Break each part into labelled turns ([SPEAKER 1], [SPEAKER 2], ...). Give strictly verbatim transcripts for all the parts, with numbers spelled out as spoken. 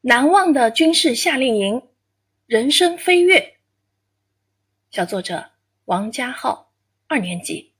[SPEAKER 1] 难忘的军事夏令营，人生飞跃。小作者王家浩，二年级。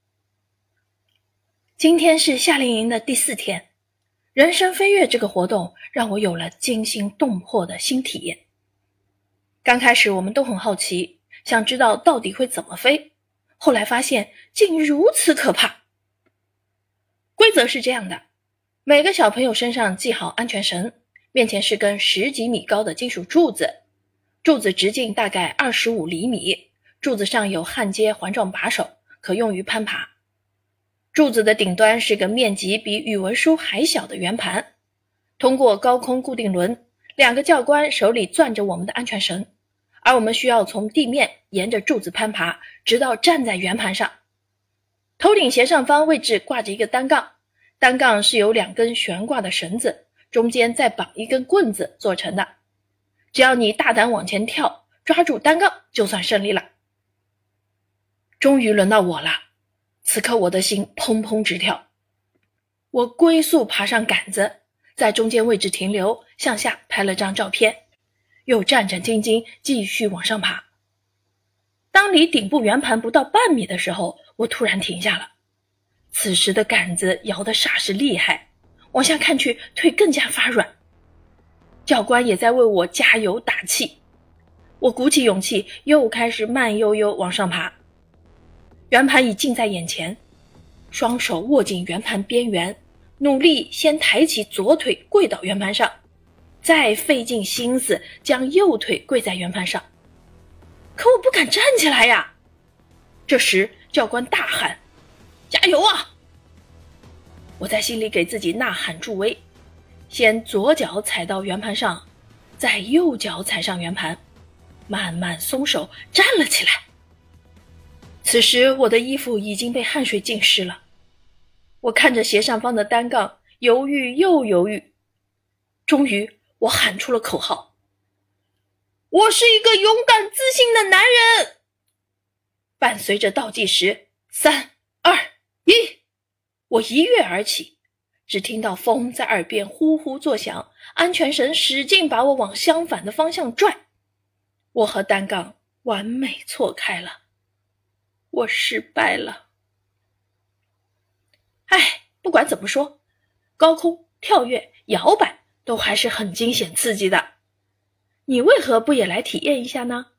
[SPEAKER 1] 今天是夏令营的第四天，人生飞跃这个活动让我有了惊心动魄的新体验。刚开始我们都很好奇，想知道到底会怎么飞，后来发现竟如此可怕。规则是这样的，每个小朋友身上系好安全绳，面前是根十几米高的金属柱子，柱子直径大概二十五厘米，柱子上有焊接环状把手，可用于攀爬。柱子的顶端是个面积比语文书还小的圆盘，通过高空固定轮，两个教官手里攥着我们的安全绳，而我们需要从地面沿着柱子攀爬，直到站在圆盘上。头顶斜上方位置挂着一个单杠，单杠是由两根悬挂的绳子，中间再绑一根棍子做成的。只要你大胆往前跳，抓住单杠就算胜利了。终于轮到我了，此刻我的心砰砰直跳。我龟速爬上杆子，在中间位置停留，向下拍了张照片，又战战兢兢继续往上爬。当离顶部圆盘不到半米的时候，我突然停下了。此时的杆子摇得煞是厉害，往下看去腿更加发软。教官也在为我加油打气。我鼓起勇气，又开始慢悠悠往上爬。圆盘已近在眼前，双手握紧圆盘边缘，努力先抬起左腿跪到圆盘上，再费尽心思将右腿跪在圆盘上。可我不敢站起来呀！这时教官大喊：加油啊！我在心里给自己呐喊助威，先左脚踩到圆盘上，再右脚踩上圆盘，慢慢松手站了起来。此时我的衣服已经被汗水浸湿了，我看着斜上方的单杠，犹豫又犹豫。终于我喊出了口号：我是一个勇敢自信的男人！伴随着倒计时，三、二、一，我一跃而起，只听到风在耳边呼呼作响，安全绳使劲把我往相反的方向拽，我和单杠完美错开了，我失败了。唉，不管怎么说，高空、跳跃、摇摆都还是很惊险刺激的。你为何不也来体验一下呢？